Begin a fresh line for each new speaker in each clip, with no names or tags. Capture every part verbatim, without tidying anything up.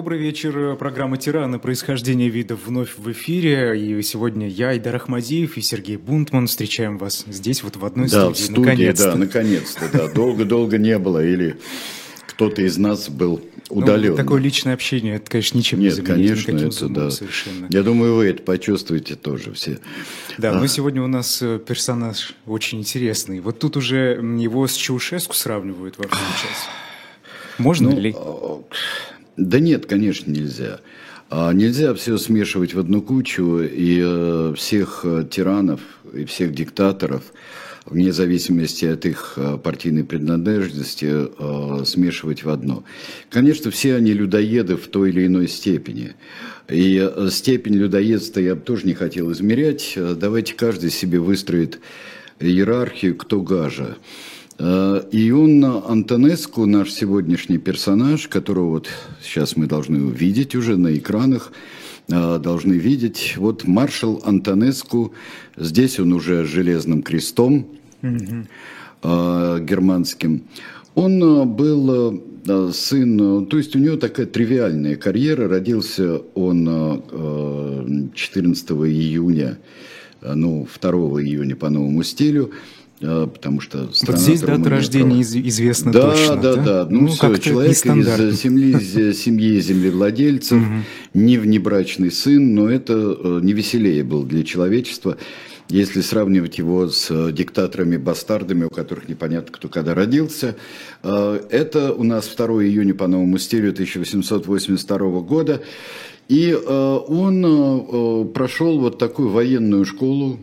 Добрый вечер. Программа «Тираны. Происхождение видов» вновь в эфире. И сегодня я, Айдар Ахмадиев и Сергей Бунтман встречаем вас здесь, вот в одной
да,
студии.
В студии. Наконец-то. Да, наконец-то. Да. Долго-долго не было. Или кто-то из нас был удален.
Ну, такое личное общение, это, конечно, ничем
Нет,
не заменить.
Нет, конечно, это да.
Совершенно.
Я думаю, вы это почувствуете тоже все.
Да, а. но сегодня у нас персонаж очень интересный. Вот тут уже его с Чаушеску сравнивают во всем сейчас. Можно
ну,
ли?
Да нет, конечно, нельзя. Нельзя все смешивать в одну кучу, и всех тиранов, и всех диктаторов, вне зависимости от их партийной принадлежности, смешивать в одно. Конечно, все они людоеды в той или иной степени. И степень людоедства я бы тоже не хотел измерять. Давайте каждый себе выстроит иерархию, кто гажа. И он, Антонеску, наш сегодняшний персонаж, которого вот сейчас мы должны увидеть уже на экранах, должны видеть, вот маршал Антонеску, здесь он уже с железным крестом mm-hmm. германским. Он был сын, то есть у него такая тривиальная карьера, родился он четырнадцатого июня, ну, второго июня по новому стилю, потому что
вот здесь дата рождения из- известна
да,
точно.
Да, да, да. Ну, ну все, человек из семьи, семьи землевладельцев, не внебрачный сын, но это не веселее было для человечества, если сравнивать его с диктаторами-бастардами, у которых непонятно, кто когда родился. Это у нас второго июня по новому стилю тысяча восемьсот восемьдесят второго года. И он прошел вот такую военную школу,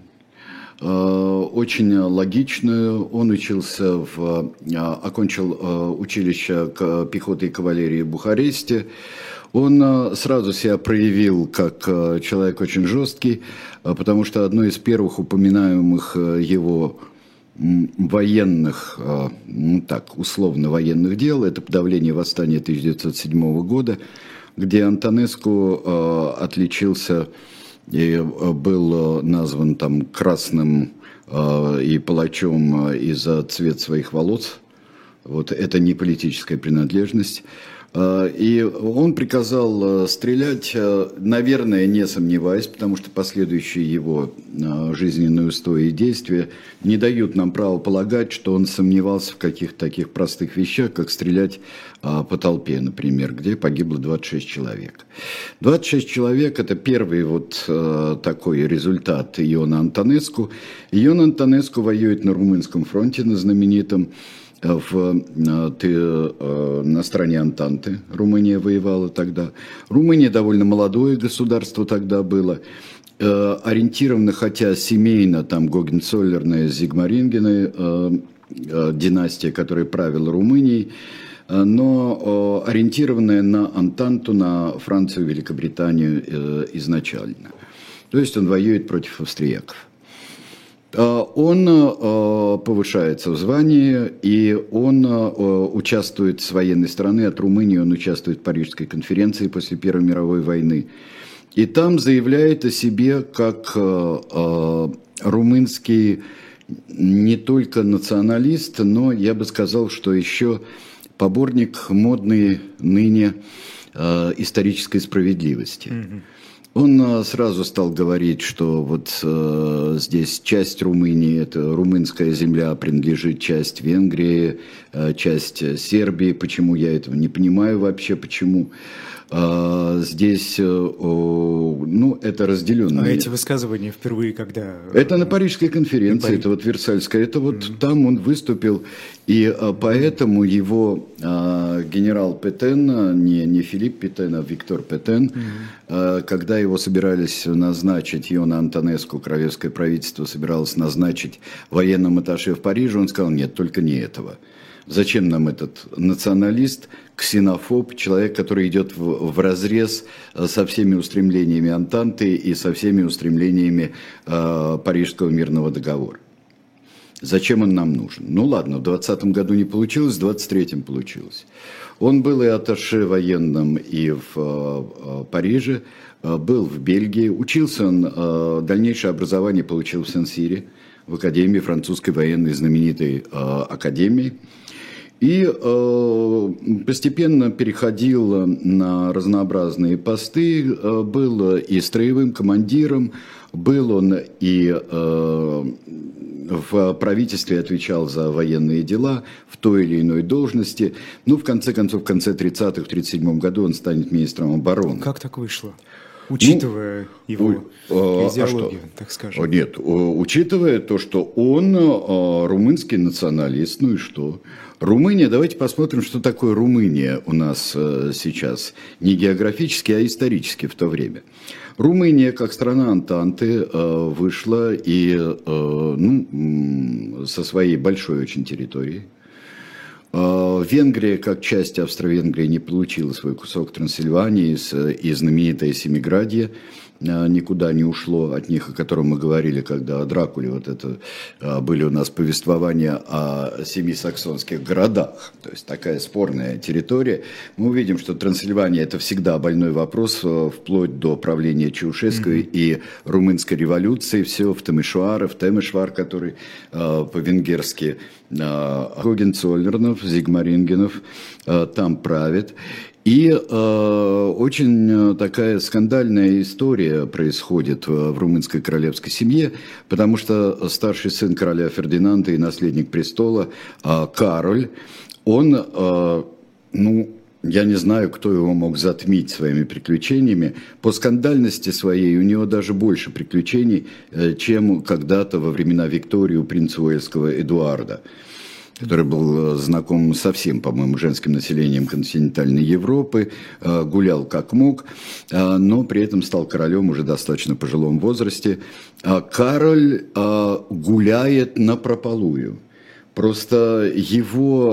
очень логичную. Он учился в, окончил училище пехоты и кавалерии в Бухаресте. Он сразу себя проявил как человек очень жесткий, потому что одно из первых упоминаемых его военных, ну так, условно военных дел, это подавление восстания тысяча девятьсот седьмого года, где Антонеску отличился и был назван там красным э, и палачом из-за цвета своих волос. Вот это не политическая принадлежность. Э, и он приказал стрелять, э, наверное, не сомневаясь, потому что последующие его э, жизненные устои и действия не дают нам права полагать, что он сомневался в каких-то таких простых вещах, как стрелять э, по толпе, например, где погибло двадцать шесть человек. двадцать шесть человек – это первый вот э, такой результат Иона Антонеску. Ион Антонеску воюет на Румынском фронте, на знаменитом, в, э, на стороне Антанты. Румыния воевала тогда. Румыния довольно молодое государство тогда было. Э, ориентировано, хотя семейно, там Гогенцоллерная, Зигмарингены, э, э, династия, которая правила Румынией, но ориентированная на Антанту, на Францию, Великобританию изначально. То есть он воюет против австрияков. Он повышается в звании, и он участвует с военной стороны, от Румынии он участвует в Парижской конференции после Первой мировой войны. И там заявляет о себе как румынский не только националист, но я бы сказал, что еще поборник модной ныне э, исторической справедливости. Mm-hmm. Он э, сразу стал говорить, что вот э, здесь часть Румынии, это румынская земля, принадлежит часть Венгрии, э, часть Сербии. Почему, я этого не понимаю вообще, почему. А, здесь, ну, это разделенные.
А эти высказывания впервые когда?
Это на Парижской конференции, на Париж... это вот Версальская, это вот mm-hmm. там он выступил, и поэтому его а, генерал Петен, не, не Филипп Петен, а Виктор Петен, mm-hmm. а, когда его собирались назначить, Иона Антонеску, королевское правительство собиралось назначить военным атташе в Париже, он сказал, нет, только не этого. Зачем нам этот националист, ксенофоб, человек, который идет в, в разрез со всеми устремлениями Антанты и со всеми устремлениями э, Парижского мирного договора? Зачем он нам нужен? Ну ладно, в двадцатом году не получилось, в двадцать третьем получилось. Он был и атташе военным и в э, Париже, э, был в Бельгии, учился он, э, дальнейшее образование получил в Сен-Сире, в Академии французской военной знаменитой э, академии. И э, постепенно переходил на разнообразные посты, э, был и строевым командиром, был он и э, в правительстве отвечал за военные дела в той или иной должности. Ну, в конце концов, в конце тридцатых, в тридцать седьмом году он станет министром обороны.
Как так вышло? Учитывая ну, его
у,
идеологию,
а
так скажем.
Нет, учитывая то, что он румынский националист, ну и что? Румыния, давайте посмотрим, что такое Румыния у нас сейчас. Не географически, а исторически в то время. Румыния, как страна Антанты, вышла и, ну, со своей большой очень территорией. Венгрия, как часть Австро-Венгрии, не получила свой кусок Трансильвании и знаменитое Семиградье никуда не ушло от них, о котором мы говорили, когда о Дракуле, вот это были у нас повествования о семи саксонских городах, то есть такая спорная территория. Мы увидим, что Трансильвания – это всегда больной вопрос, вплоть до правления Чаушеску mm-hmm. и румынской революции, все в Темешвар, в Темешвар, который по-венгерски Гогенцоллернов, Зигмарингенов там правит. И э, очень такая скандальная история происходит в, в румынской королевской семье, потому что старший сын короля Фердинанда и наследник престола э, Кароль, он, э, ну, я не знаю, кто его мог затмить своими приключениями, по скандальности своей у него даже больше приключений, э, чем когда-то во времена Виктории у принца Уэльского Эдуарда, который был знаком со всем, по-моему, женским населением континентальной Европы, гулял как мог, но при этом стал королем уже в достаточно пожилом возрасте. Кароль гуляет напропалую. Просто его,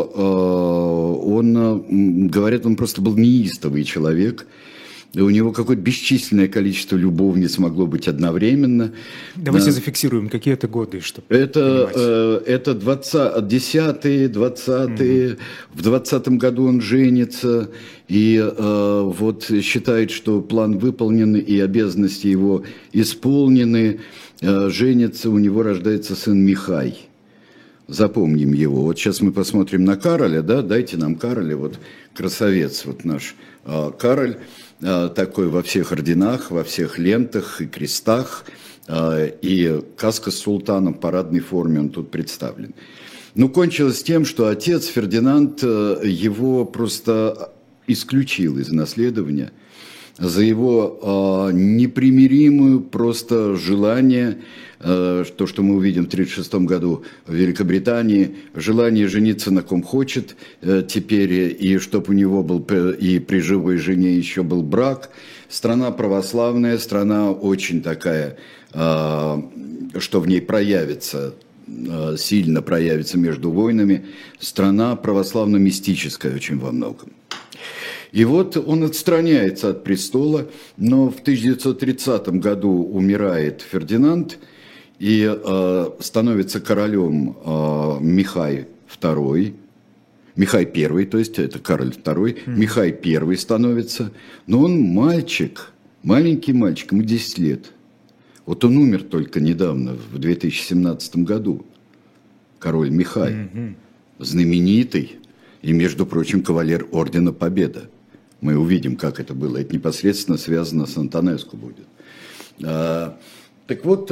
он, говорят, он просто был неистовый человек. И у него какое-то бесчисленное количество любовниц могло быть одновременно.
Давайте да. зафиксируем, какие это годы, чтобы
это, э, это десятые, двадцатые. Mm-hmm. В двадцатом году он женится. И э, вот считает, что план выполнен, и обязанности его исполнены. Э, женится, у него рождается сын Михай. Запомним его. Вот сейчас мы посмотрим на Кароля, да, дайте нам Кароля, вот красавец, вот наш э, Кароль. Такой во всех орденах, во всех лентах и крестах, и каска с султаном в парадной форме он тут представлен. Но кончилось тем, что отец Фердинанд его просто исключил из наследования за его непримиримую просто желание, то, что мы увидим в тысяча девятьсот тридцать шестом году в Великобритании, желание жениться на ком хочет теперь, и чтобы у него был и при живой жене еще был брак. Страна православная, страна очень такая, что в ней проявится, сильно проявится между войнами, страна православно-мистическая очень во многом. И вот он отстраняется от престола, но в тысяча девятьсот тридцатом году умирает Фердинанд, и э, становится королем э, Михай второй, Михай первый, то есть это Кароль второй, mm. Михай первый становится, но он мальчик, маленький мальчик, ему десять лет. Вот он умер только недавно, в две тысячи семнадцатом году, король Михай, mm-hmm. знаменитый и, между прочим, кавалер Ордена Победы. Мы увидим, как это было, это непосредственно связано с Антонеску будет. А, Так вот,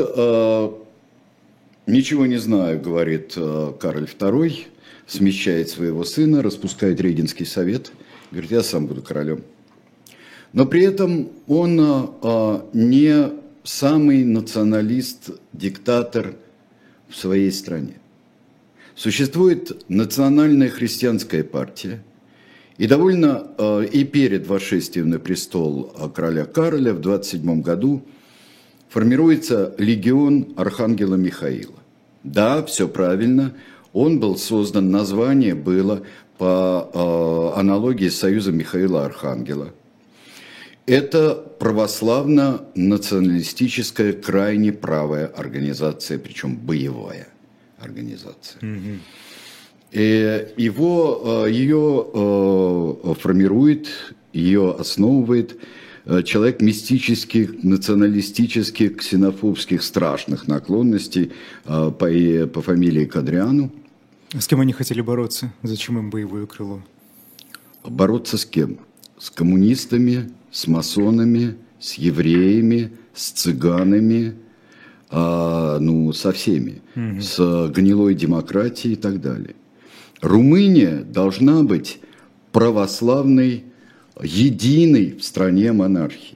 ничего не знаю, говорит Кароль второй, смещает своего сына, распускает Регенский совет, говорит, я сам буду королем. Но при этом он не самый националист-диктатор в своей стране. Существует национальная христианская партия, и довольно и перед восшествием на престол короля Кароля в двадцать седьмом году формируется легион Архангела Михаила. Да, все правильно, он был создан, название было по э, аналогии с Союзом Михаила Архангела. Это православно-националистическая, крайне правая организация, причем боевая организация. Mm-hmm. И его, ее э, формирует, ее основывает человек мистических, националистических, ксенофобских, страшных наклонностей по, по фамилии Кадриану.
С кем они хотели бороться? Зачем им боевое крыло?
Бороться с кем? С коммунистами, с масонами, с евреями, с цыганами, а, ну, со всеми, угу. с гнилой демократией и так далее. Румыния должна быть православной, единой в стране монархии.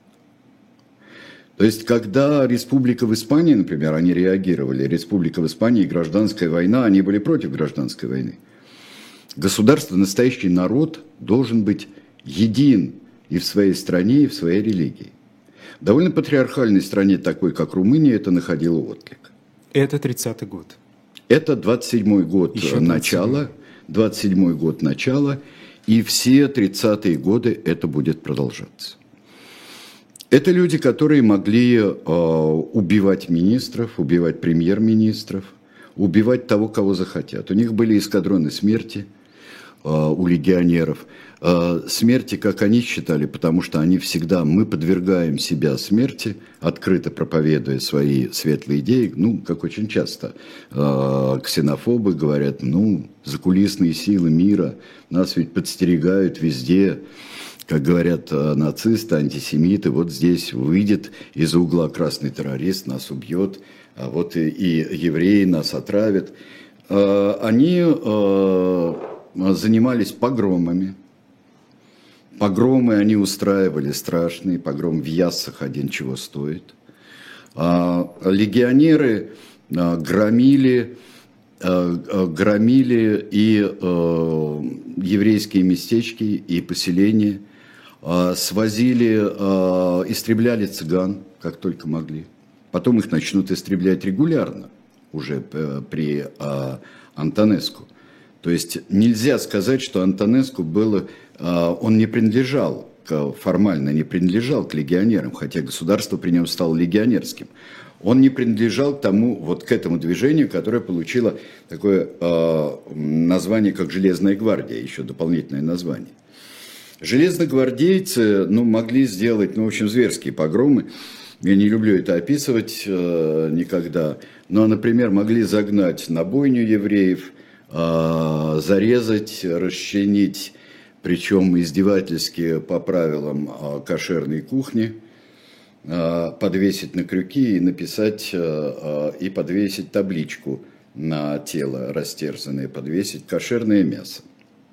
То есть, когда республика в Испании, например, они реагировали, республика в Испании, гражданская война, они были против гражданской войны. Государство, настоящий народ должен быть един и в своей стране, и в своей религии. В довольно патриархальной стране, такой как Румыния, это находило отклик.
Это тридцатый год.
Это двадцать седьмой год начала, двадцать седьмой год начала, и все тридцатые годы это будет продолжаться. Это люди, которые могли э, убивать министров, убивать премьер-министров, убивать того, кого захотят. У них были эскадроны смерти э, у легионеров. Э, смерти, как они считали, потому что они всегда, мы подвергаем себя смерти, открыто проповедуя свои светлые идеи, ну, как очень часто э, ксенофобы говорят, ну, закулисные силы мира, нас ведь подстерегают везде. Как говорят нацисты, антисемиты, вот здесь выйдет из-за угла красный террорист, нас убьет, а вот и, и евреи нас отравят. Они занимались погромами. Погромы они устраивали страшные, погром в Яссах один чего стоит. Легионеры громили, громили и еврейские местечки, и поселения. Свозили, истребляли цыган, как только могли. Потом их начнут истреблять регулярно, уже при Антонеску. То есть нельзя сказать, что Антонеску было, он не принадлежал, формально не принадлежал к легионерам, хотя государство при нем стало легионерским. Он не принадлежал к тому, вот к этому движению, которое получило такое название, как «Железная гвардия», еще дополнительное название. Железногвардейцы, ну, могли сделать, ну, в общем, зверские погромы. Я не люблю это описывать э, никогда. Но, например, могли загнать на бойню евреев, э, зарезать, расчленить, причем издевательски по правилам э, кошерной кухни, э, подвесить на крюки и написать, э, и подвесить табличку на тело растерзанное, подвесить «кошерное мясо».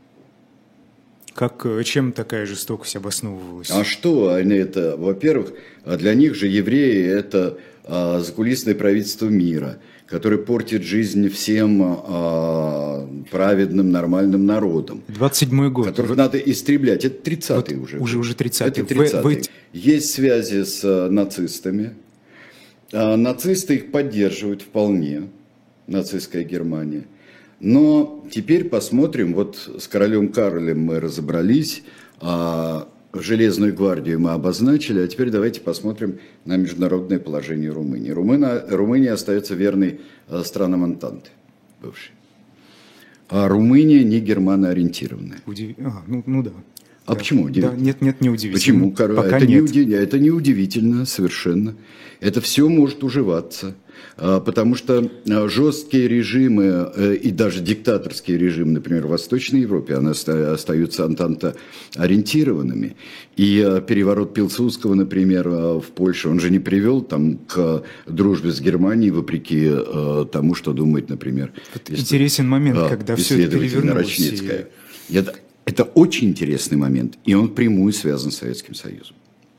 Как, чем такая жестокость обосновывалась?
А что они это? Во-первых, для них же евреи – это а, закулисное правительство мира, которое портит жизнь всем а, праведным, нормальным народам.
двадцать седьмой год.
Которых вот надо истреблять. Это тридцатый вот уже.
Уже, уже тридцатый.
Это тридцатый. Вы... Есть связи с а, нацистами. А, нацисты их поддерживают вполне. Нацистская Германия. Но теперь посмотрим, вот с королем Карлем мы разобрались, а Железную гвардию мы обозначили, а теперь давайте посмотрим на международное положение Румынии. Румыния, Румыния остается верной странам Антанты, бывшей. А Румыния не германоориентированная.
Удив... А, ну, ну да.
А да. Почему удивительно?
Да, нет, нет, не удивительно.
Почему?
Пока
это,
нет.
Не, это не удивительно совершенно. Это все может уживаться. Потому что жесткие режимы и даже диктаторские режимы, например, в Восточной Европе, они остаются антанто-ориентированными. И переворот Пилсудского, например, в Польше, он же не привел там, к дружбе с Германией, вопреки тому, что думает, например...
Интересен момент, а, когда все это перевернулось.
И... Это, это очень интересный момент, и он прямую связан с Советским Союзом.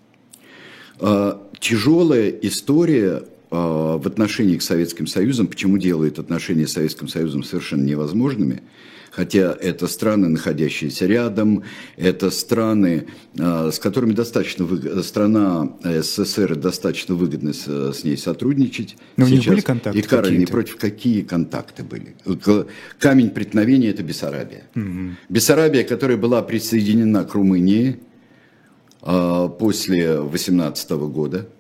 Тяжелая история... в отношении к Советским Союзом, почему делает отношения с Советским Союзом совершенно невозможными, хотя это страны, находящиеся рядом, это страны, с которыми достаточно выгодно, страна СССР достаточно выгодно с, с ней сотрудничать.
Но сейчас. У них были контакты?
И Кароль, не против, какие контакты были? Камень преткновения – это Бессарабия. Угу. Бессарабия, которая была присоединена к Румынии после восемнадцатого года.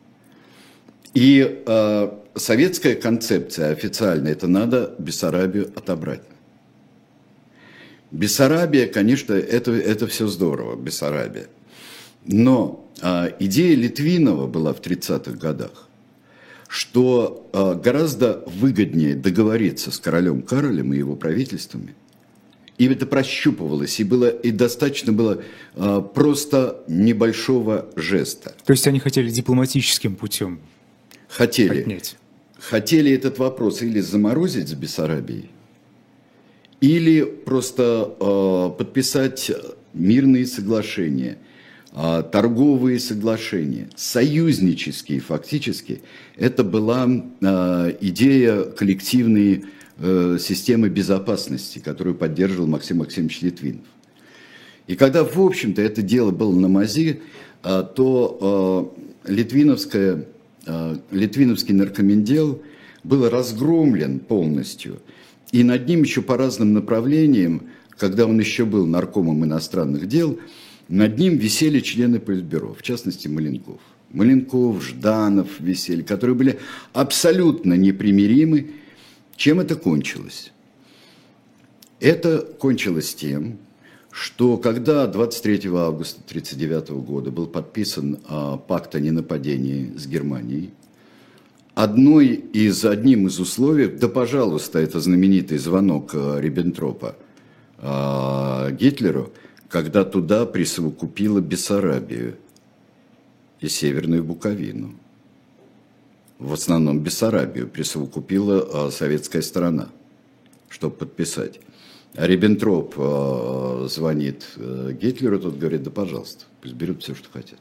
И э, советская концепция официальная, это надо Бессарабию отобрать. Бессарабия, конечно, это, это все здорово, Бессарабия. Но э, идея Литвинова была в тридцатых годах, что э, гораздо выгоднее договориться с королем Каролем и его правительствами. И это прощупывалось, и, было, и достаточно было э, просто небольшого жеста.
То есть они хотели дипломатическим путем
хотели,
отнять?
Хотели этот вопрос или заморозить с Бессарабией, или просто э, подписать мирные соглашения, э, торговые соглашения, союзнические фактически. Это была э, идея коллективной э, системы безопасности, которую поддерживал Максим Максимович Литвинов. И когда, в общем-то, это дело было на мази, э, то э, литвиновское, э, литвиновский наркомендел был разгромлен полностью. И над ним еще по разным направлениям, когда он еще был наркомом иностранных дел, над ним висели члены Политбюро, в частности Маленков. Маленков, Жданов висели, которые были абсолютно непримиримы. Чем это кончилось? Это кончилось тем, что когда двадцать третьего августа тысяча девятьсот тридцать девятого года был подписан а, пакт о ненападении с Германией, Одной из, одним из условий, да, пожалуйста, это знаменитый звонок Риббентропа э, Гитлеру, когда туда присовокупила Бессарабию и Северную Буковину. В основном Бессарабию присовокупила э, советская сторона, чтобы подписать. А Риббентроп э, звонит э, Гитлеру, тот говорит, да, пожалуйста, пусть берут все, что хотят.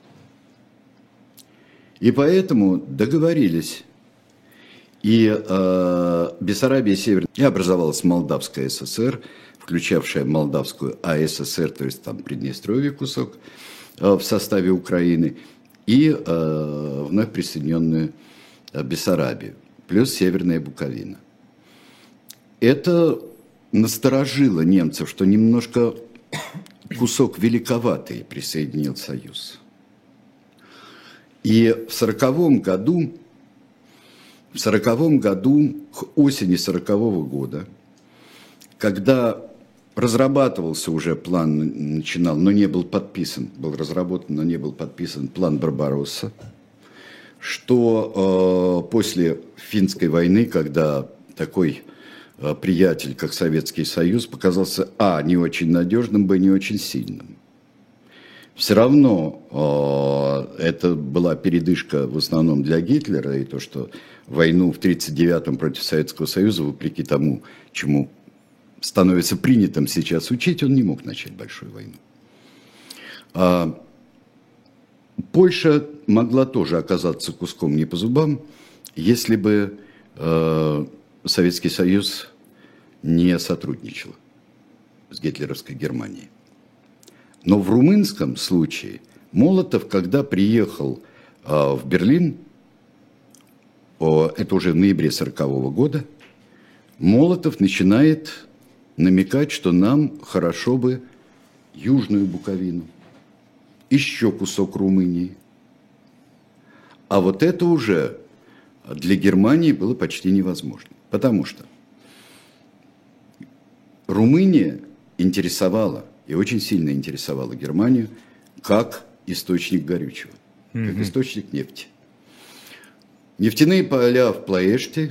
И поэтому договорились. И э, Бессарабия и Северная, и образовалась Молдавская ССР, включавшая Молдавскую АССР, то есть там Приднестровье кусок э, в составе Украины, и э, вновь присоединенную Бессарабию, плюс Северная Буковина. Это насторожило немцев, что немножко кусок великоватый присоединил Союз. И в сороковом году, в сороковом году, к осени сорокового года, когда разрабатывался уже план, начинал, но не был подписан, был разработан, но не был подписан план Барбаросса, что э, после Финской войны, когда такой э, приятель, как Советский Союз, показался, а, не очень надежным, б, не очень сильным. Все равно э, это была передышка в основном для Гитлера, и то, что войну в тридцать девятом против Советского Союза, вопреки тому, чему становится принятым сейчас учить, он не мог начать большую войну. А Польша могла тоже оказаться куском не по зубам, если бы э, Советский Союз не сотрудничал с гитлеровской Германией. Но в румынском случае Молотов, когда приехал э, в Берлин, о, это уже в ноябре сорокового года, Молотов начинает намекать, что нам хорошо бы Южную Буковину, еще кусок Румынии. А вот это уже для Германии было почти невозможно, потому что Румыния интересовала, и очень сильно интересовала Германию, как источник горючего, mm-hmm. как источник нефти. Нефтяные поля в Плоэште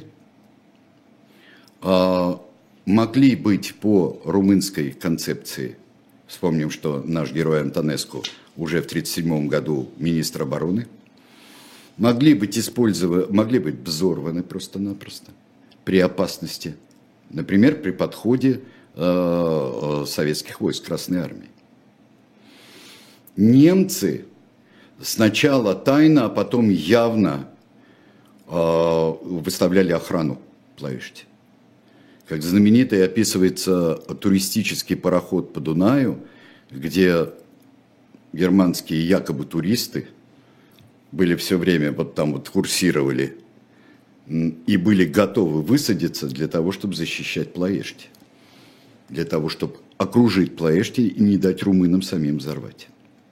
а, могли быть по румынской концепции. Вспомним, что наш герой Антонеску уже в тридцать седьмом году министр обороны. Могли быть использованы, могли быть взорваны просто-напросто при опасности. Например, при подходе э, советских войск Красной Армии. Немцы сначала тайно, а потом явно э, выставляли охрану в Плоэште. Как знаменитый описывается туристический пароход по Дунаю, где германские якобы туристы были все время, вот там вот курсировали и были готовы высадиться для того, чтобы защищать Плоэшти. Для того, чтобы окружить Плоэшти и не дать румынам самим взорвать.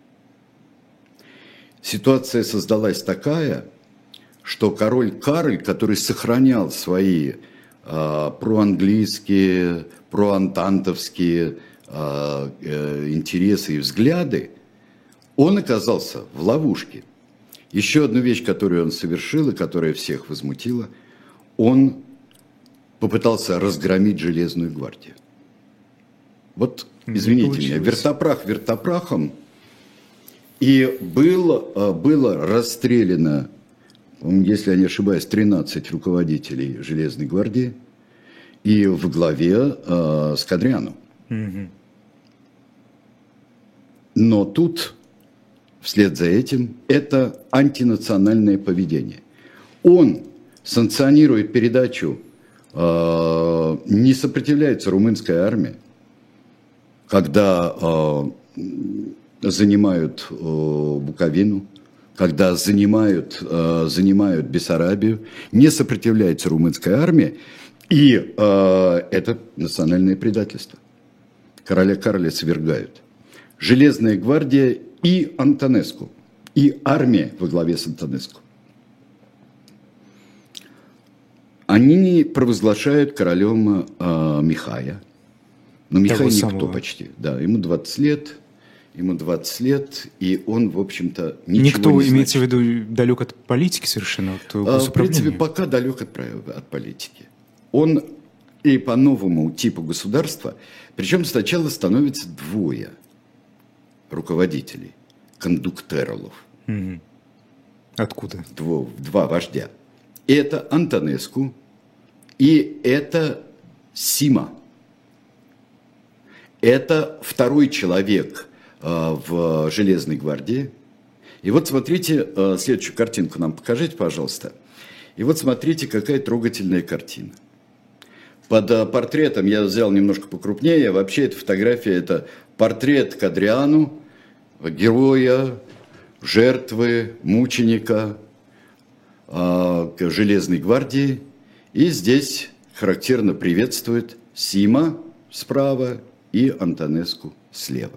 Ситуация создалась такая, что король Кароль, который сохранял свои э, проанглийские, проантантовские э, э, интересы и взгляды, он оказался в ловушке. Еще одну вещь, которую он совершил и которая всех возмутила, он попытался разгромить Железную гвардию. Вот, извините меня, вертопрах вертопрахом, и было, было расстреляно, если я не ошибаюсь, тринадцать руководителей Железной гвардии, и в главе э, Скадриану. Угу. Но тут, вслед за этим, это антинациональное поведение. Он санкционирует передачу, э, не сопротивляется румынская армия, когда э, занимают э, Буковину, когда занимают, э, занимают Бессарабию, не сопротивляется румынская армия, и э, это национальное предательство. Короля Карля свергают. Железная гвардия и Антонеску, и армия во главе с Антонеску. Они провозглашают королем э, Михая. Но Михай никто самого. Почти. Да, ему двадцать лет, ему двадцать лет, и он, в общем-то, ничего
Никто,
не значит.
Имеется в виду, далек от политики совершенно? От
а, в принципе, пока далек от, от политики. Он и по новому типу государства, причем сначала становится двое руководителей, кондуктеролов.
Угу. Откуда?
Два, два вождя. Это Антонеску и это Сима. Это второй человек э, в Железной гвардии. И вот смотрите, э, следующую картинку нам покажите, пожалуйста. И вот смотрите, какая трогательная картина. Под э, портретом я взял немножко покрупнее. Вообще эта фотография – это портрет Кадриану, героя, жертвы, мученика э, Железной гвардии. И здесь характерно приветствует Сима справа и Антонеску слева.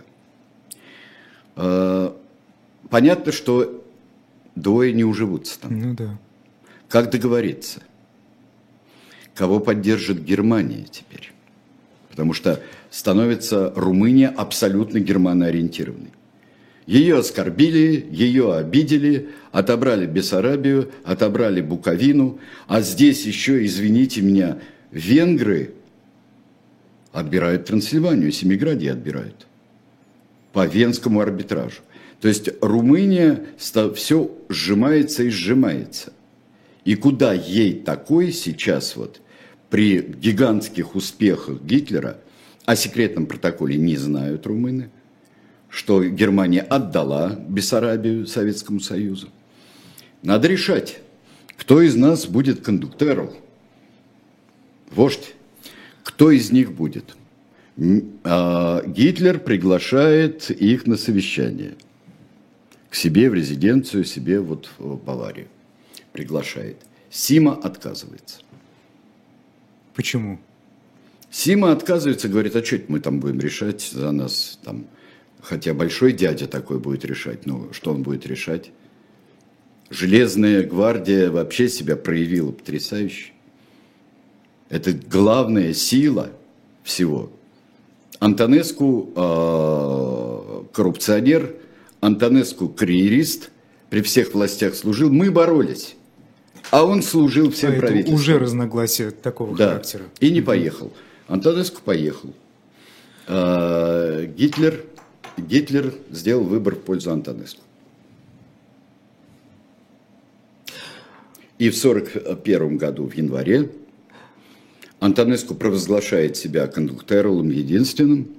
Э, понятно, что двое не уживутся там.
Ну да.
Как договориться? Кого поддержит Германия теперь? Потому что становится Румыния абсолютно германоориентированной. Ее оскорбили, ее обидели, отобрали Бессарабию, отобрали Буковину, а здесь еще, извините меня, венгры отбирают Трансильванию, Семиградье отбирают по венскому арбитражу. То есть Румыния все сжимается и сжимается. И куда ей такой сейчас вот при гигантских успехах Гитлера, о секретном протоколе не знают румыны, что Германия отдала Бессарабию Советскому Союзу. Надо решать, кто из нас будет кондуктером, вождь, кто из них будет. Гитлер приглашает их на совещание к себе в резиденцию, себе вот в Баварию приглашает. Сима отказывается.
Почему?
Сима отказывается, говорит, а что мы там будем решать за нас там. Хотя большой дядя такой будет решать, но что он будет решать? Железная гвардия вообще себя проявила потрясающе. Это главная сила всего. Антонеску э, коррупционер, Антонеску карьерист, при всех властях служил. Мы боролись, а он служил всем а правительствам.
Это уже разногласия такого
да.
характера.
И не поехал. Антонеску поехал. Э, Гитлер... Гитлер сделал выбор в пользу Антонеску. И в сорок первом году, в январе, Антонеску провозглашает себя кондуктеролом единственным.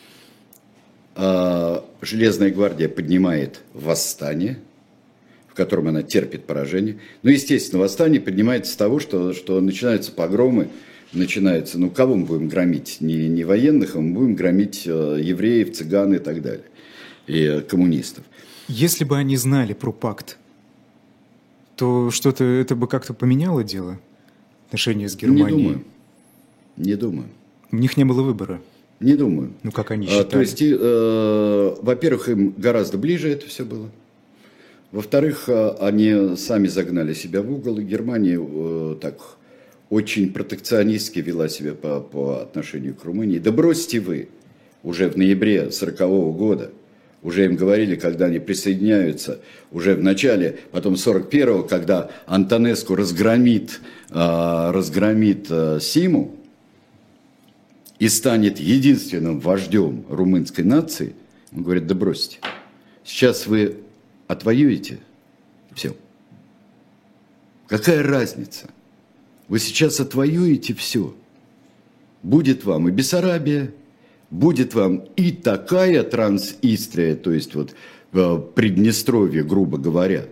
Железная гвардия поднимает восстание, в котором она терпит поражение. Ну, естественно, восстание поднимается с того, что, что начинаются погромы, начинается, ну, кого мы будем громить? Не, не военных, а мы будем громить э, евреев, цыган и так далее, и э, коммунистов.
Если бы они знали про пакт, то что-то это бы как-то поменяло дело, отношения с Германией?
Не думаю. Не думаю.
У них не было выбора?
Не думаю.
Ну, как они считали?
А, то есть, э, во-первых, им гораздо ближе это все было. Во-вторых, они сами загнали себя в угол, и Германия э, так... очень протекционистски вела себя по, по отношению к Румынии. Да бросьте вы, уже в ноябре сорокового года, уже им говорили, когда они присоединяются, уже в начале, потом сорок первого, когда Антонеску разгромит, разгромит Симу и станет единственным вождем румынской нации, он говорит, да бросьте, сейчас вы отвоюете все. Какая разница? Вы сейчас отвоюете все. Будет вам и Бессарабия, будет вам и такая Трансистрия, то есть вот Приднестровье, грубо говоря,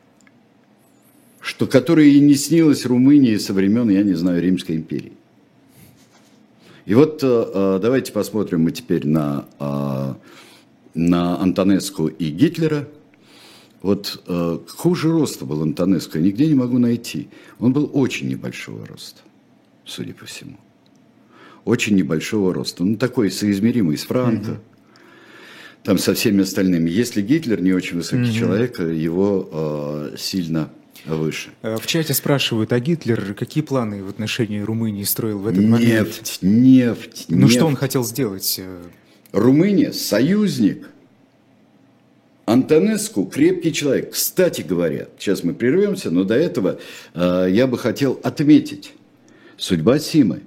что которая и не снилась Румынии со времен, я не знаю, Римской империи. И вот давайте посмотрим мы теперь на, на Антонеску и Гитлера. Вот какого же роста был Антонеску, я нигде не могу найти. Он был очень небольшого роста, судя по всему. Очень небольшого роста. Ну, такой соизмеримый с Франко, mm-hmm. там со всеми остальными. Если Гитлер не очень высокий mm-hmm. человек, его э, сильно выше.
В чате спрашивают, а Гитлер какие планы в отношении Румынии строил в этот
нефть,
момент?
Нефть, нефть,
Ну,
нефть.
что он хотел сделать?
Румыния – союзник. Антонеску – крепкий человек. Кстати говоря, сейчас мы прервемся, но до этого э, я бы хотел отметить судьба Симы.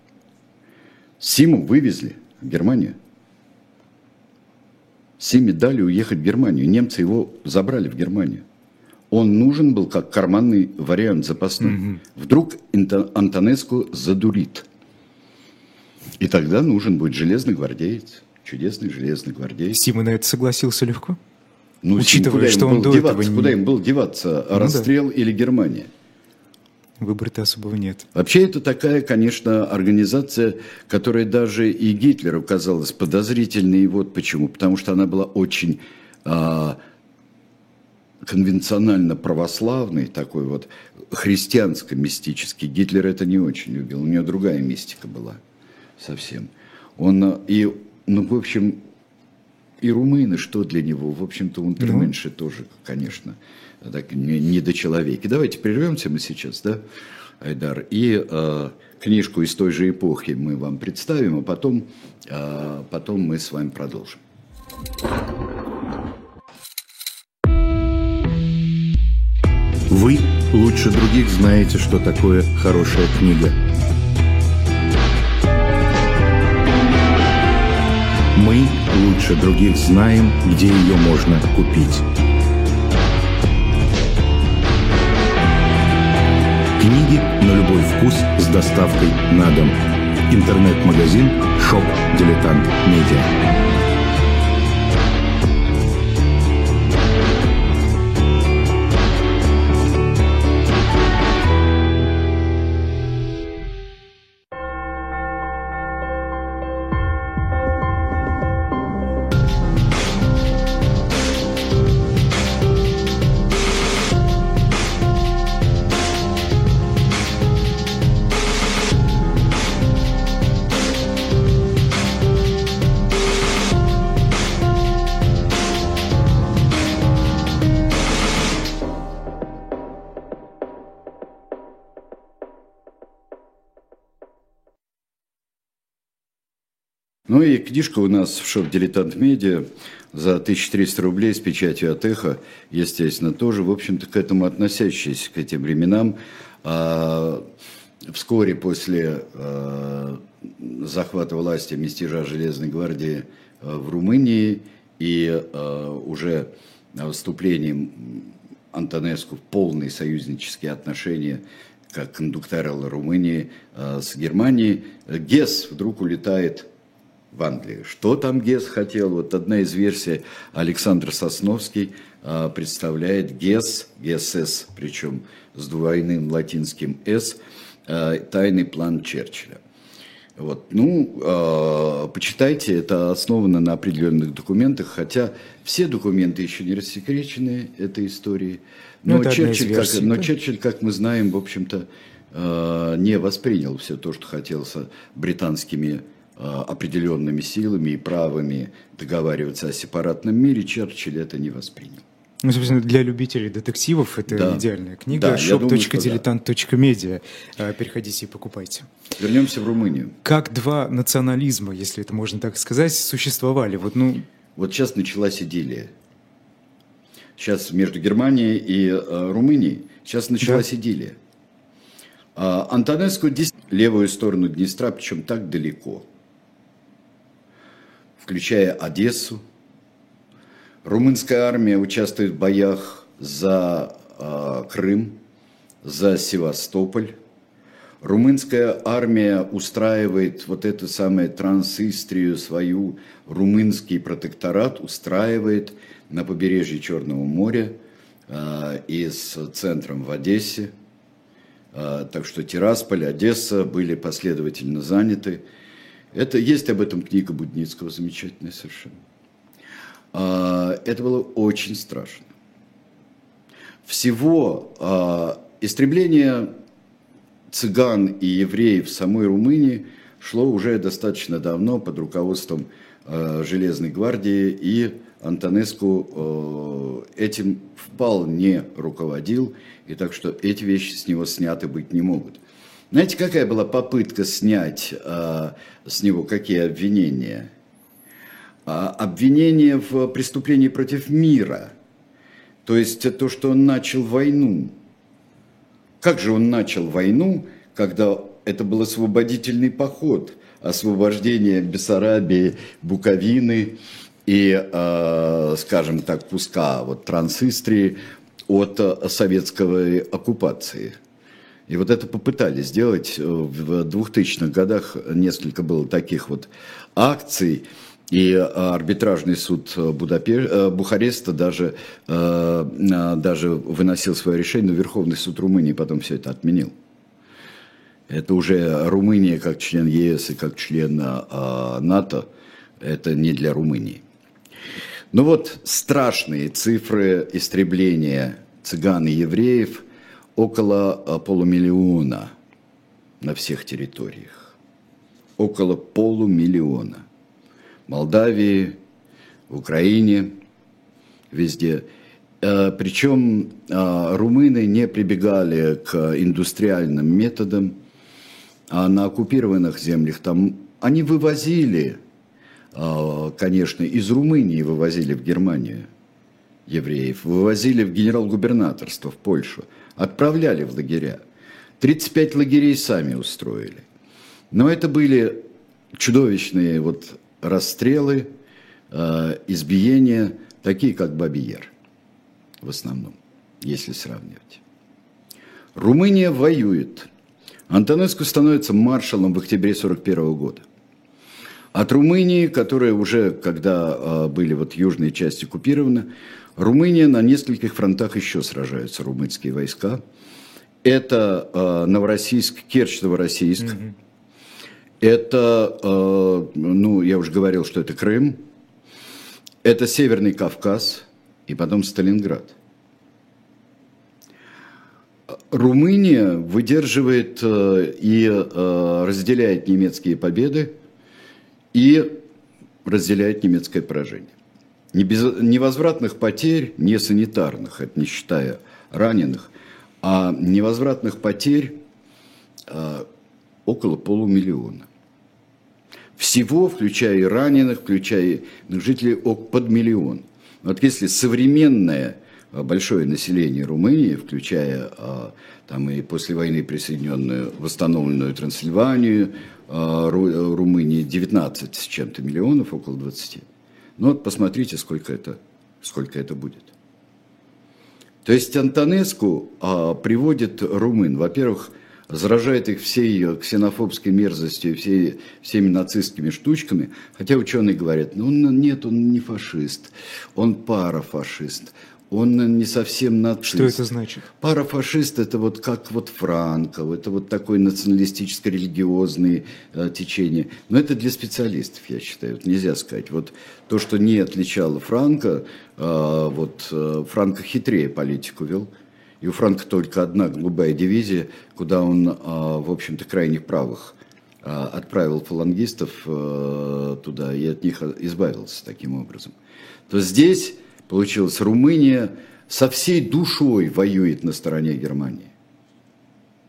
Симу вывезли в Германию. Симе дали уехать в Германию. Немцы его забрали в Германию. Он нужен был как карманный вариант запасной. Mm-hmm. Вдруг Антонеску задурит. И тогда нужен будет железный гвардеец. Чудесный железный гвардеец.
Сима на это согласился легко?
Ну,
учитывая,
Сим,
что он до
деваться,
этого... Не...
Куда им было деваться? Ну, расстрел да. или Германия?
Выбора-то особого нет.
Вообще это такая, конечно, организация, которая даже и Гитлеру казалась подозрительной. И вот почему. Потому что она была очень а, конвенционально православной, такой вот христианско-мистический. Гитлер это не очень любил. У него другая мистика была совсем. Он и, ну, в общем, и румыны, что для него? В общем-то, унтерменши ну. тоже, конечно. Так, недочеловеки. Давайте прервемся мы сейчас, да, Айдар, и э, книжку из той же эпохи мы вам представим, а потом, э, потом мы с вами продолжим.
Вы лучше других знаете, что такое хорошая книга. Мы лучше других знаем, где ее можно купить. Книги на любой вкус с доставкой на дом. Интернет-магазин Shop Дилетант Медиа.
Ну и книжка у нас в шоп «Дилетант Медиа» за тысячу триста рублей с печатью от «Эхо», естественно, тоже, в общем-то, к этому относящаяся, к этим временам. А вскоре после а, захвата власти, мятежа Железной гвардии а, в Румынии и а, уже вступлением Антонеску в полные союзнические отношения как кондукторал Румынии а, с Германией, Гесс вдруг улетает в Англию. Что там Гесс хотел? Вот одна из версий, Александр Сосновский а, представляет Гесс, Гесс, причем с двойным латинским «с», а, тайный план Черчилля. Вот. Ну, а, почитайте, это основано на определенных документах, хотя все документы еще не рассекречены этой историей. Но, ну, Черчилль, версий, как, но Черчилль, как мы знаем, в общем-то, а, не воспринял все то, что хотелось британскими определенными силами и правами договариваться о сепаратном мире. Черчилль это не воспринял.
Ну, собственно, для любителей детективов это да. идеальная книга. Да, шоп точка дилетант точка медиа. Да. Переходите и покупайте.
Вернемся в Румынию.
Как два национализма, если это можно так сказать, существовали? Вот, ну...
Вот сейчас началась идиллия. Сейчас между Германией и э, Румынией, сейчас началась да. идиллия. А Антонеску левую сторону Днестра, причем так далеко, включая Одессу. Румынская армия участвует в боях за э, Крым, за Севастополь. Румынская армия устраивает вот эту самую Трансистрию, свою румынский протекторат, устраивает на побережье Черного моря э, и с центром в Одессе. Э, так что Тирасполь, Одесса были последовательно заняты. Это, есть об этом книга Будницкого, замечательная совершенно. Э, это было очень страшно. Всего э, истребление цыган и евреев в самой Румынии шло уже достаточно давно под руководством э, Железной гвардии, и Антонеску э, этим вполне руководил, и так что эти вещи с него сняты быть не могут. Знаете, какая была попытка снять э, с него какие обвинения? А, обвинения в преступлении против мира, то есть то, что он начал войну. Как же он начал войну, когда это был освободительный поход, освобождение Бессарабии, Буковины и, э, скажем так, куска вот, Трансистрии от советской оккупации. И вот это попытались сделать в двухтысячных годах, несколько было таких вот акций. И арбитражный суд Будапешта, Бухареста даже, даже выносил свое решение, но Верховный суд Румынии потом все это отменил. Это уже Румыния как член ЕС и как член НАТО, это не для Румынии. Ну вот страшные цифры истребления цыган и евреев, около полумиллиона на всех территориях. Около полумиллиона. В Молдавии, в Украине, везде. Причем румыны не прибегали к индустриальным методам, а на оккупированных землях там они вывозили, конечно, из Румынии вывозили в Германию евреев, вывозили в генерал-губернаторство, в Польшу, отправляли в лагеря. тридцать пять лагерей сами устроили. Но это были чудовищные вот расстрелы, э, избиения, такие как Бабий Яр, в основном, если сравнивать. Румыния воюет. Антонеску становится маршалом в октябре сорок первого года. От Румынии, которая уже, когда э, были вот южные части оккупированы, Румыния на нескольких фронтах еще сражаются, румынские войска. Это э, Новороссийск, Керчь-Новороссийск. Mm-hmm. Это, э, ну, я уже говорил, что это Крым, это Северный Кавказ и потом Сталинград. Румыния выдерживает э, и э, разделяет немецкие победы и разделяет немецкое поражение. Не без, невозвратных потерь, не санитарных, это не считая раненых, а невозвратных потерь э, около полумиллиона. Всего, включая и раненых, включая жителей, под миллион. Вот если современное большое население Румынии, включая там и после войны присоединенную, восстановленную Трансильванию, Румынии девятнадцать с чем-то миллионов, около двадцати. Ну вот посмотрите, сколько это, сколько это будет. То есть Антонеску приводит румын, во-первых, заражает их всей ее ксенофобской мерзостью, всей, всеми нацистскими штучками. Хотя ученые говорят, ну нет, он не фашист, он парафашист, он не совсем нацист.
Что это значит?
Парафашист – это вот как вот Франко, это вот такое националистическо-религиозное э, течение. Но это для специалистов, я считаю, вот нельзя сказать. Вот то, что не отличало Франко, э, вот э, Франко хитрее политику вел. И у Франка только одна голубая дивизия, куда он, в общем-то, крайних правых отправил фалангистов туда и от них избавился таким образом. То здесь, получилось, Румыния со всей душой воюет на стороне Германии.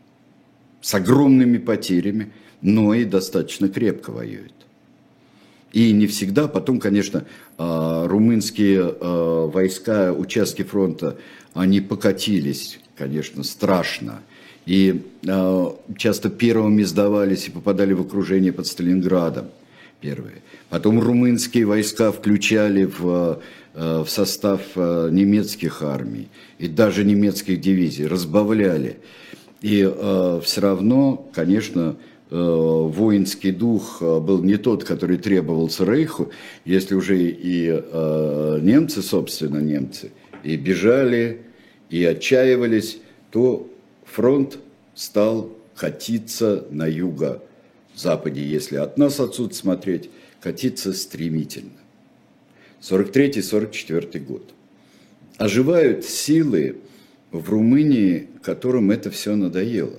С огромными потерями, но и достаточно крепко воюет. И не всегда. Потом, конечно, румынские войска, участки фронта, они покатились, конечно, страшно. И часто первыми сдавались и попадали в окружение под Сталинградом. Первые. Потом румынские войска включали в, в состав немецких армий и даже немецких дивизий, разбавляли. И все равно, конечно, воинский дух был не тот, который требовался Рейху, если уже и немцы, собственно, немцы, и бежали, и отчаивались, то фронт стал катиться на юго-западе, если от нас отсюда смотреть, катиться стремительно. сорок третий — сорок четвёртый год. Оживают силы в Румынии, которым это все надоело.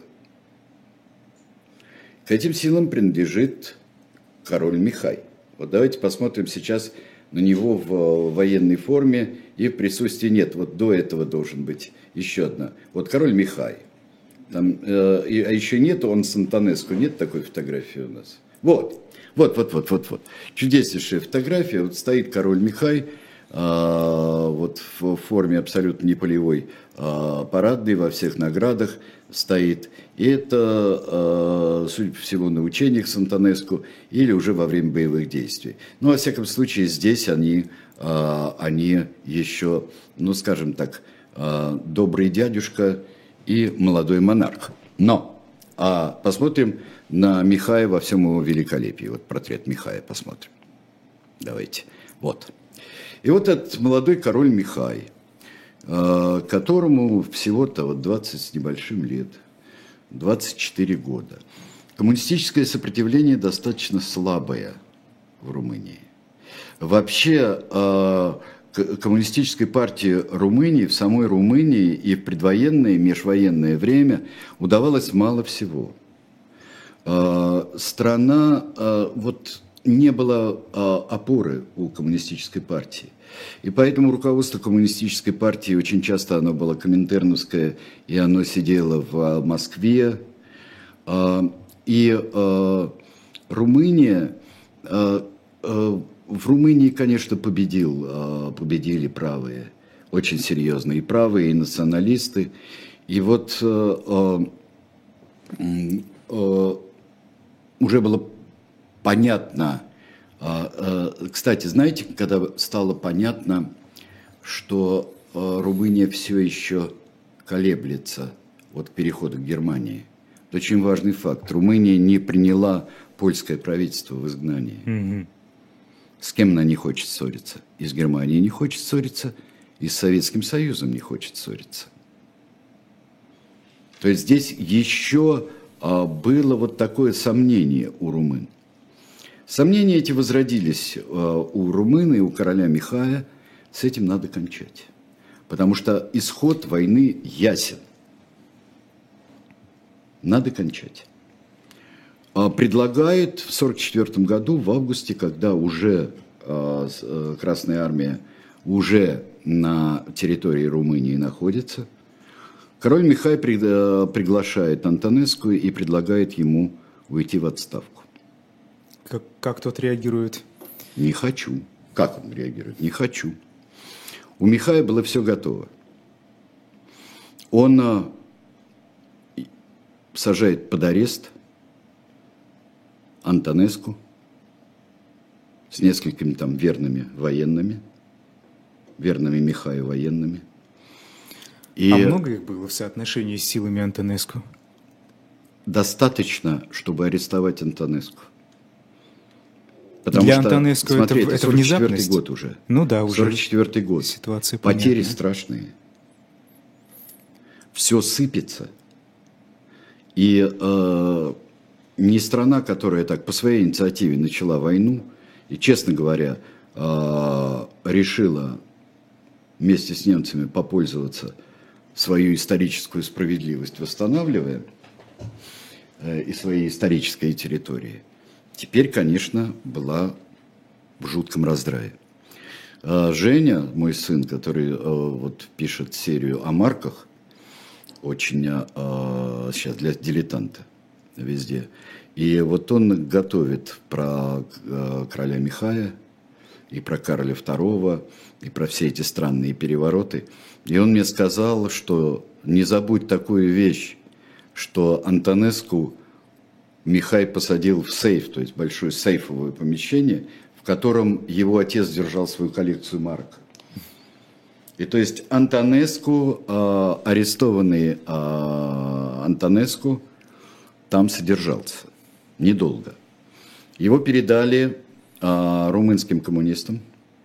К этим силам принадлежит король Михай. Вот давайте посмотрим сейчас на него в военной форме и в присутствии нет. Вот до этого должен быть еще одна. Вот король Михай. Там, э, а еще нет, он с Антонеску, нет такой фотографии у нас. Вот, вот, вот, вот, вот, вот. Чудеснейшая фотография. Вот стоит король Михай, э, вот в форме абсолютно не полевой, э, парадной, во всех наградах стоит. И это, э, судя по всему, на учениях с Антонеску или уже во время боевых действий. Ну, во всяком случае, здесь они, э, они еще, ну, скажем так, э, добрый дядюшка и молодой монарх. Но а посмотрим на Михая во всем его великолепии. Вот портрет Михая посмотрим. Давайте. Вот. И вот этот молодой король Михай, которому всего-то вот двадцать с небольшим лет, двадцать четыре года. Коммунистическое сопротивление достаточно слабое в Румынии. Вообще, Коммунистической партии Румынии, в самой Румынии и в предвоенное, и межвоенное время удавалось мало всего. Страна, вот не было опоры у коммунистической партии. И поэтому руководство коммунистической партии очень часто оно было коминтерновское, и оно сидело в Москве. И Румыния... В Румынии, конечно, победил, победили правые, очень серьезно, и правые, и националисты. И вот э, э, э, уже было понятно, э, э, кстати, знаете, когда стало понятно, что э, Румыния все еще колеблется от перехода к Германии. Это очень важный факт. Румыния не приняла польское правительство в изгнании. Mm-hmm. С кем она не хочет ссориться? И с Германией не хочет ссориться, и с Советским Союзом не хочет ссориться. То есть здесь еще а, было вот такое сомнение у румын. Сомнения эти возродились а, у румын и у короля Михая. С этим надо кончать. Потому что исход войны ясен. Надо кончать. Предлагает в сорок четвёртом году, в августе, когда уже э, Красная Армия уже на территории Румынии находится, король Михай при, э, приглашает Антонеску и предлагает ему уйти в отставку.
Как, как тот реагирует?
Не хочу. Как он реагирует? Не хочу. У Михая было все готово. Он э, сажает под арест Антонеску с несколькими там верными военными, верными Михаю военными.
И а много их было в соотношении с силами Антонеску?
Достаточно, чтобы арестовать Антонеску. Потому
Для
что,
Антонеску
смотрите,
это, это внезапность.
сорок четвёртый год уже.
Ну да, уже.
сорок четвёртый год.
Ситуация
Потери
понятна.
страшные. Все сыпется. И э, не страна, которая так по своей инициативе начала войну и, честно говоря, э, решила вместе с немцами попользоваться свою историческую справедливость, восстанавливая э, и свои исторические территории, теперь, конечно, была в жутком раздрае. Э, Женя, мой сын, который э, вот пишет серию о марках, очень э, сейчас для дилетанта, везде. И вот он готовит про э, короля Михая, и про Карля второго, и про все эти странные перевороты. И он мне сказал, что не забудь такую вещь, что Антонеску Михай посадил в сейф, то есть большое сейфовое помещение, в котором его отец держал свою коллекцию марок. И то есть Антонеску, э, арестованный э, Антонеску, там содержался недолго. Его передали э, румынским коммунистам.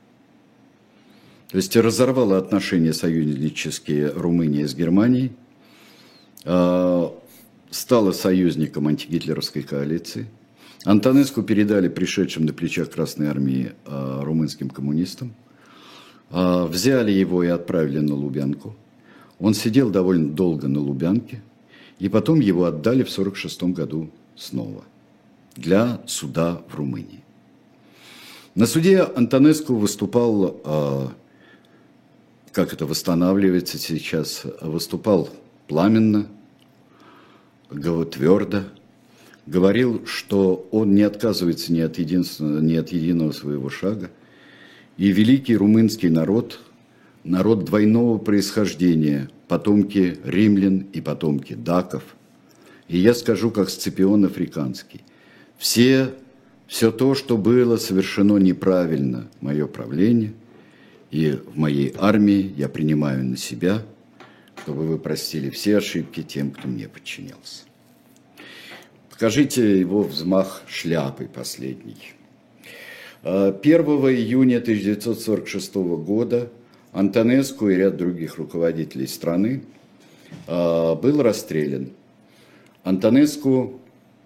То есть разорвала отношения союзнические Румыния с Германией, э, стала союзником антигитлеровской коалиции. Антонеску передали пришедшим на плечах Красной Армии э, румынским коммунистам. Э, взяли его и отправили на Лубянку. Он сидел довольно долго на Лубянке. И потом его отдали в сорок шестом году снова для суда в Румынии. На суде Антонеску выступал, э, как это восстанавливается сейчас, выступал пламенно, твердо, говорил, что он не отказывается ни от, единственного, ни от единого своего шага. И великий румынский народ, народ двойного происхождения, потомки римлян и потомки даков. И я скажу, как Сципион Африканский, все, все то, что было совершено неправильно в мое правление и в моей армии, я принимаю на себя, чтобы вы простили все ошибки тем, кто мне подчинялся. Покажите его взмах шляпой последний. первого июня тысяча девятьсот сорок шестого года Антонеску и ряд других руководителей страны был расстрелян. Антонеску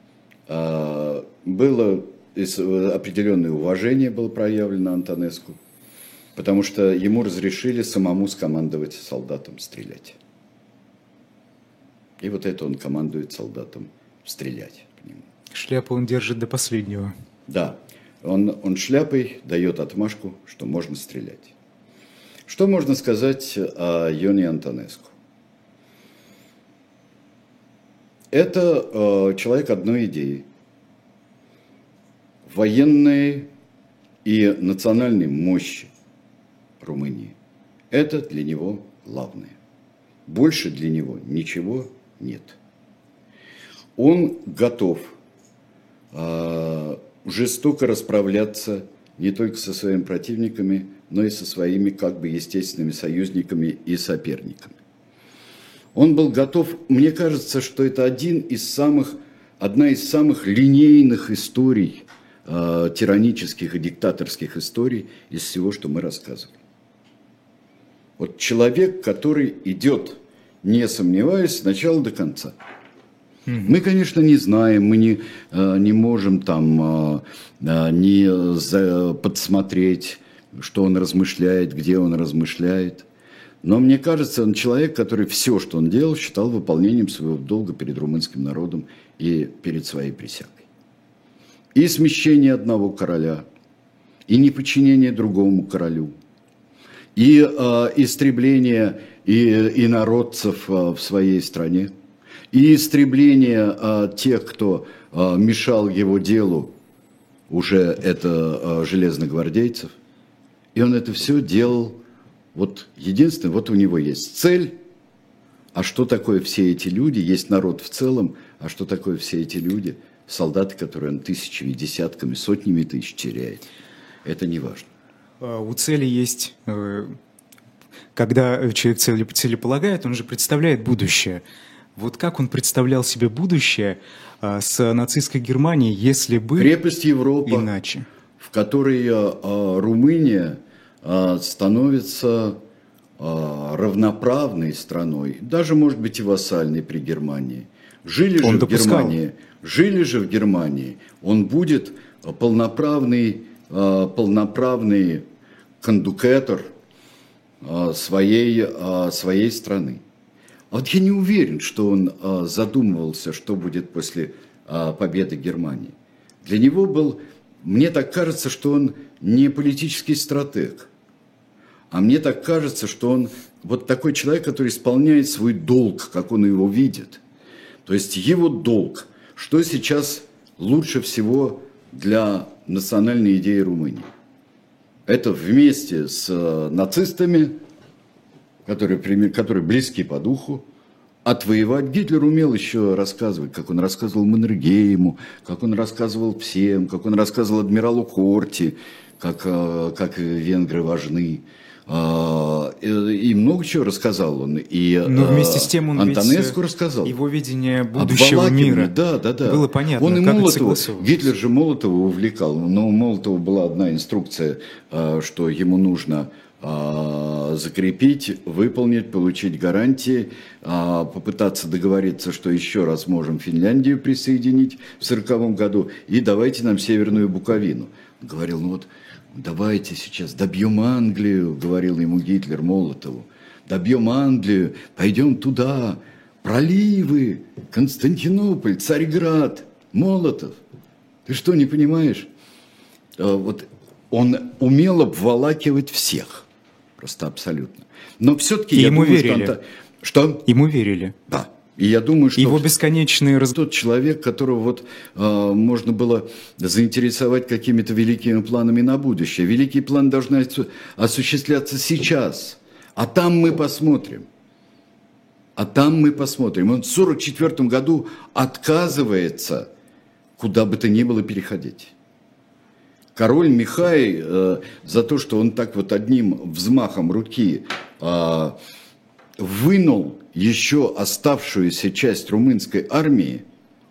было определенное уважение было проявлено Антонеску, потому что ему разрешили самому скомандовать солдатам стрелять. И вот это он командует солдатам стрелять по нему.
Шляпу он держит до последнего.
Да, он, он шляпой дает отмашку, что можно стрелять. Что можно сказать о Ионе Антонеску? Это э, человек одной идеи. Военной и национальной мощи Румынии. Это для него главное. Больше для него ничего нет. Он готов э, жестоко расправляться не только со своими противниками, но и со своими как бы естественными союзниками и соперниками. Он был готов, мне кажется, что это один из самых, одна из самых линейных историй, э, тиранических и диктаторских историй из всего, что мы рассказывали. Вот человек, который идет, не сомневаясь, с начала до конца. Мы, конечно, не знаем, мы не, не можем там не подсмотреть, что он размышляет, где он размышляет. Но мне кажется, он человек, который все, что он делал, считал выполнением своего долга перед румынским народом и перед своей присягой. И смещение одного короля, и неподчинение другому королю, и э, истребление и, инородцев э, в своей стране, и истребление э, тех, кто э, мешал его делу, уже это э, железногвардейцев. И он это все делал, вот единственное, вот у него есть цель, а что такое все эти люди, есть народ в целом, а что такое все эти люди, солдаты, которые он тысячами, десятками, сотнями тысяч теряет, это не важно.
У цели есть, когда человек целеполагает, он же представляет будущее. Вот как он представлял себе будущее с нацистской Германией, если бы
крепость Европа,
иначе?
В которой Румыния становится равноправной страной, даже, может быть, и вассальной при Германии. Жили же, в Германии, жили же в Германии, он будет полноправный, полноправный кондукатор своей, своей страны. Вот я не уверен, что он задумывался, что будет после победы Германии. Для него был, мне так кажется, что он не политический стратег, а мне так кажется, что он вот такой человек, который исполняет свой долг, как он его видит. То есть его долг, что сейчас лучше всего для национальной идеи Румынии. Это вместе с нацистами, которые, которые близки по духу, отвоевать. Гитлер умел еще рассказывать, как он рассказывал Маннергейму, как он рассказывал всем, как он рассказывал адмиралу Корти, как, как венгры важны. И много чего рассказал он. И
но вместе с тем он
Антонеску рассказал.
Его видение будущего мира
да, да, да.
было понятно,
он и
как
Молотова,
это
Гитлер же Молотова увлекал. Но у Молотова была одна инструкция, что ему нужно закрепить, выполнить, получить гарантии, попытаться договориться, что еще раз можем Финляндию присоединить в сороковом году, и давайте нам Северную Буковину. Он говорил, ну вот давайте сейчас добьем Англию, говорил ему Гитлер Молотову, добьем Англию, пойдем туда, проливы, Константинополь, Царьград, Молотов. Ты что, не понимаешь? Вот он умел обволакивать всех. Просто абсолютно. Но все-таки я
ему
думаю,
верили.
что... Что?
Ему верили.
Да. И я думаю, что...
Его бесконечные... Раз...
Тот человек, которого вот э, можно было заинтересовать какими-то великими планами на будущее. Великие планы должны осуществляться сейчас. А там мы посмотрим. А там мы посмотрим. Он в сорок четвёртом году отказывается куда бы то ни было переходить. Король Михай э, за то, что он так вот одним взмахом руки э, вынул еще оставшуюся часть румынской армии,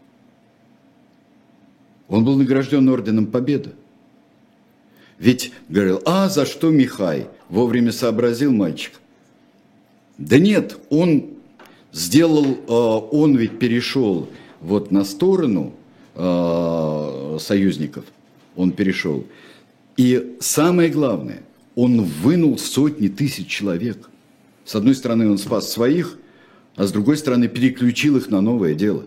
он был награжден орденом Победы. Ведь говорил, а за что Михай? Вовремя сообразил мальчик. Да нет, он сделал, э, он ведь перешел вот на сторону э, союзников. Он перешел. И самое главное, он вынул сотни тысяч человек. С одной стороны, он спас своих, а с другой стороны, переключил их на новое дело.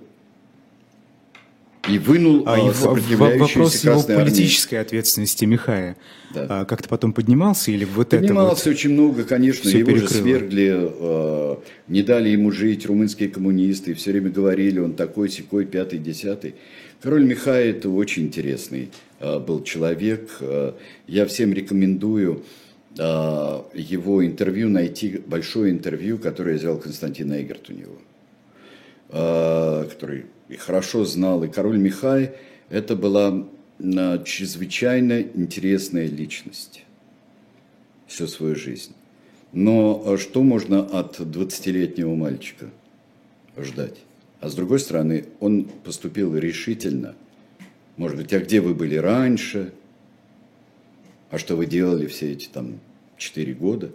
И вынул
а
сопротивляющуюся
вопрос
Красной
его
армии.
Политической ответственности Михая
Да.
а, как-то потом поднимался или вот
поднимался
это вот
очень много, конечно. Его
перекрыло.
же свергли, э, не дали ему жить румынские коммунисты. И все время говорили, он такой, сякой, пятый, десятый. Король Михай – это очень интересный э, был человек. Э, я всем рекомендую э, его интервью, найти большое интервью, которое взял Константин Эйгерт у него, э, который и хорошо знал. И король Михай – это была э, чрезвычайно интересная личность всю свою жизнь. Но что можно от двадцатилетнего мальчика ждать? А с другой стороны, он поступил решительно. Может быть, а где вы были раньше? А что вы делали все эти там четыре года?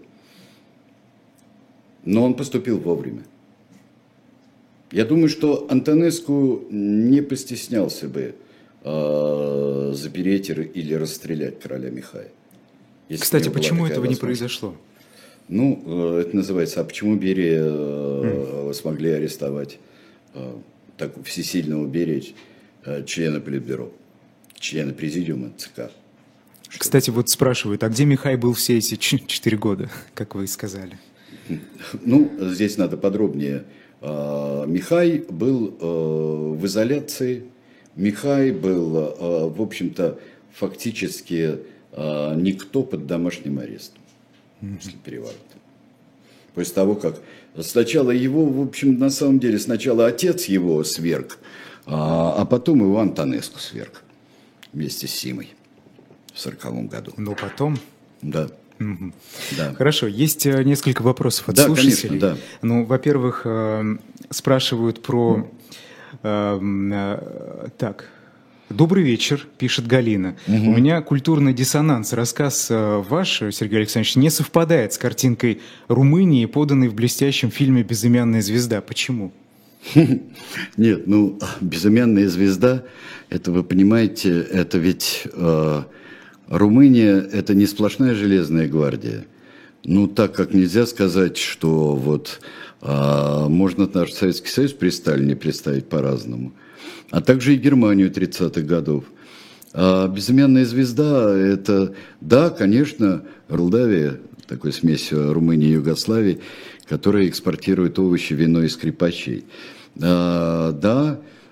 Но он поступил вовремя. Я думаю, что Антонеску не постеснялся бы э, запереть или расстрелять короля Михая.
Кстати, почему этого не произошло?
Ну, э, это называется, а почему Берия э, mm. смогли арестовать? Так, всесильного Берия, члена Политбюро, члена президиума ЦК.
Кстати, вот спрашивают, а где Михай был все эти четыре года, как вы сказали?
Ну, здесь надо подробнее. Михай был в изоляции, Михай был, в общем-то, фактически никто под домашним арестом после переворота. После того, как сначала его, в общем, на самом деле, сначала отец его сверг, а, а потом его Антонеску сверг вместе с Симой в сороковом году.
Но потом?
Да.
Угу.
Да.
Хорошо, есть несколько вопросов от
да,
слушателей.
Конечно, да.
Ну, во-первых, спрашивают про... Так... Добрый вечер, пишет Галина. Угу. У меня культурный диссонанс. Рассказ ваш, Сергей Александрович, не совпадает с картинкой Румынии, поданной в блестящем фильме «Безымянная звезда». Почему?
Нет, ну, «Безымянная звезда», это, вы понимаете, это ведь э, Румыния, это не сплошная железная гвардия. Ну, так как нельзя сказать, что вот э, можно наш Советский Союз при Сталине представить по-разному. А также и Германию тридцатых годов. А «Безымянная звезда» – это, да, конечно, Молдавия, такой смесь Румынии и Югославии, которая экспортирует овощи, вино и скрипачей. А, да,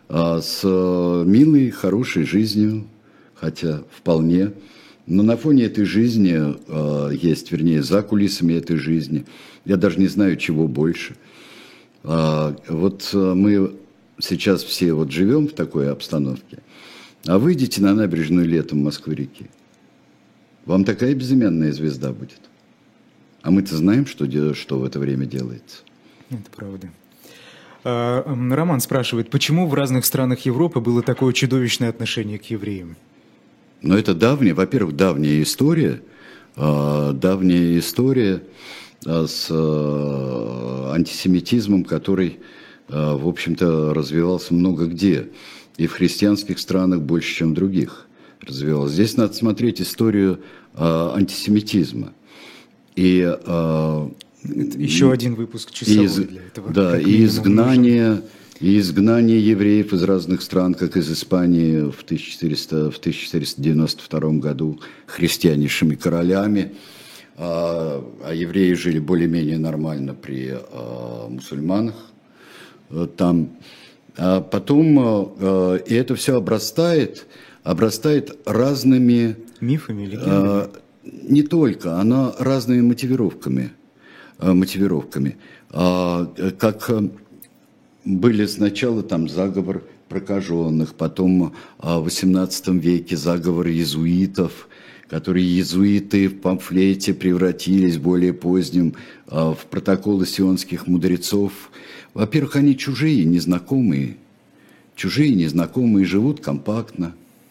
с милой, хорошей жизнью, хотя вполне. Но на фоне этой жизни есть, вернее, за кулисами этой жизни, я даже не знаю, чего больше. Вот мы сейчас все вот живем в такой обстановке, а выйдите на набережную летом Москвы-реки, вам такая безымянная звезда будет. А мы-то знаем, что, что в это время делается.
Это правда. Роман спрашивает, почему в разных странах Европы было такое чудовищное отношение к евреям?
Ну, это давняя, во-первых, давняя история, давняя история с антисемитизмом, который, в общем-то, развивался много где. И в христианских странах больше, чем в других развивался. Здесь надо смотреть историю антисемитизма. И...
Это еще один выпуск часовой
из,
для этого.
Да, и изгнание, и изгнание евреев из разных стран, как из Испании в тысяча четыреста девяносто втором году христианейшими королями, а, а евреи жили более-менее нормально при а, мусульманах там. А потом, а, и это все обрастает, обрастает разными...
Мифами, легендами?
А, не только, оно разными мотивировками. мотивировками. Как были сначала там заговор прокаженных, потом в восемнадцатом веке заговор иезуитов, которые иезуиты в памфлете превратились более поздним в протоколы сионских мудрецов. Во-первых, они чужие, незнакомые. Чужие, незнакомые, живут компактно.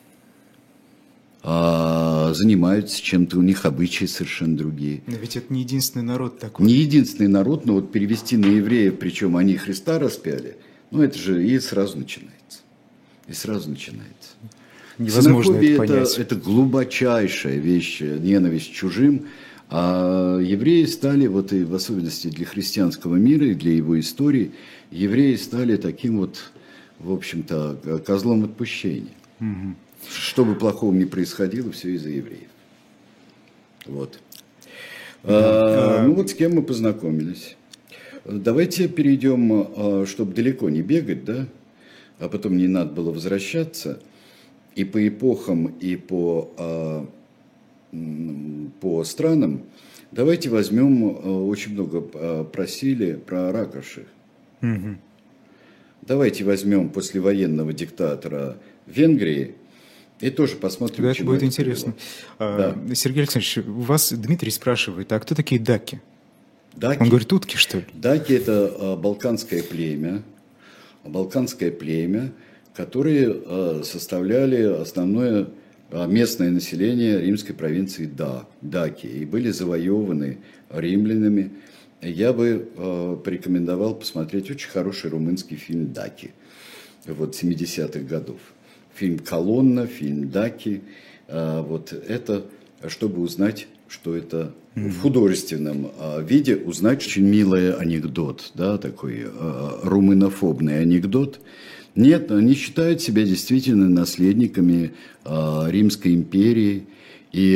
Занимаются чем-то, у них обычаи совершенно другие.
Но ведь это не единственный народ такой.
Не единственный народ, но вот перевести на евреев, причем они Христа распяли, ну это же и сразу начинается. И сразу начинается.
Невозможно это понять.
Это, это глубочайшая вещь, ненависть к чужим, а евреи стали, вот и в особенности для христианского мира и для его истории, евреи стали таким вот, в общем-то, козлом отпущения. Угу. Что бы плохого ни происходило, все из-за евреев. Вот. А, ну вот с кем мы познакомились. Давайте перейдем, чтобы далеко не бегать, да, а потом не надо было возвращаться. И по эпохам, и по, по странам. Давайте возьмем, очень много просили про Ракоши. Угу. Давайте возьмем послевоенного диктатора Венгрии. И тоже посмотрим,
да, это будет это интересно. А, да. Сергей Александрович, вас Дмитрий спрашивает, а кто такие даки?
Даки?
Он говорит, утки, что ли?
Даки – это а, балканское племя, балканское племя, которые а, составляли основное а, местное население римской провинции да, Даки, и были завоеваны римлянами. Я бы а, порекомендовал посмотреть очень хороший румынский фильм «Даки» вот, семидесятых годов. Фильм «Колонна», фильм «Даки». Вот это, чтобы узнать, что это mm-hmm. в художественном виде, узнать очень милый анекдот, да, такой румынофобный анекдот. Нет, они считают себя действительно наследниками Римской империи. И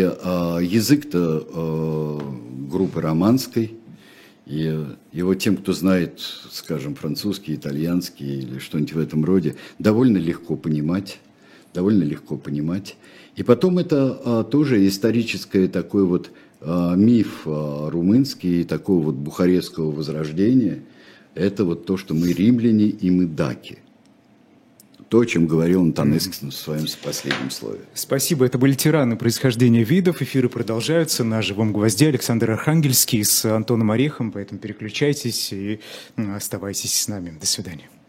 язык-то группы романской. И его тем, кто знает, скажем, французский, итальянский или что-нибудь в этом роде, довольно легко понимать. Довольно легко понимать. И потом это а, тоже исторический такой вот а, миф а, румынский, такого вот бухарестского возрождения. Это вот то, что мы римляне и мы даки. То, о чем говорил Антонеску в своем последнем слове.
Спасибо. Это были «Тираны происхождения видов». Эфиры продолжаются на «Живом гвозде». Александр Архангельский с Антоном Орехом. Поэтому переключайтесь и оставайтесь с нами. До свидания.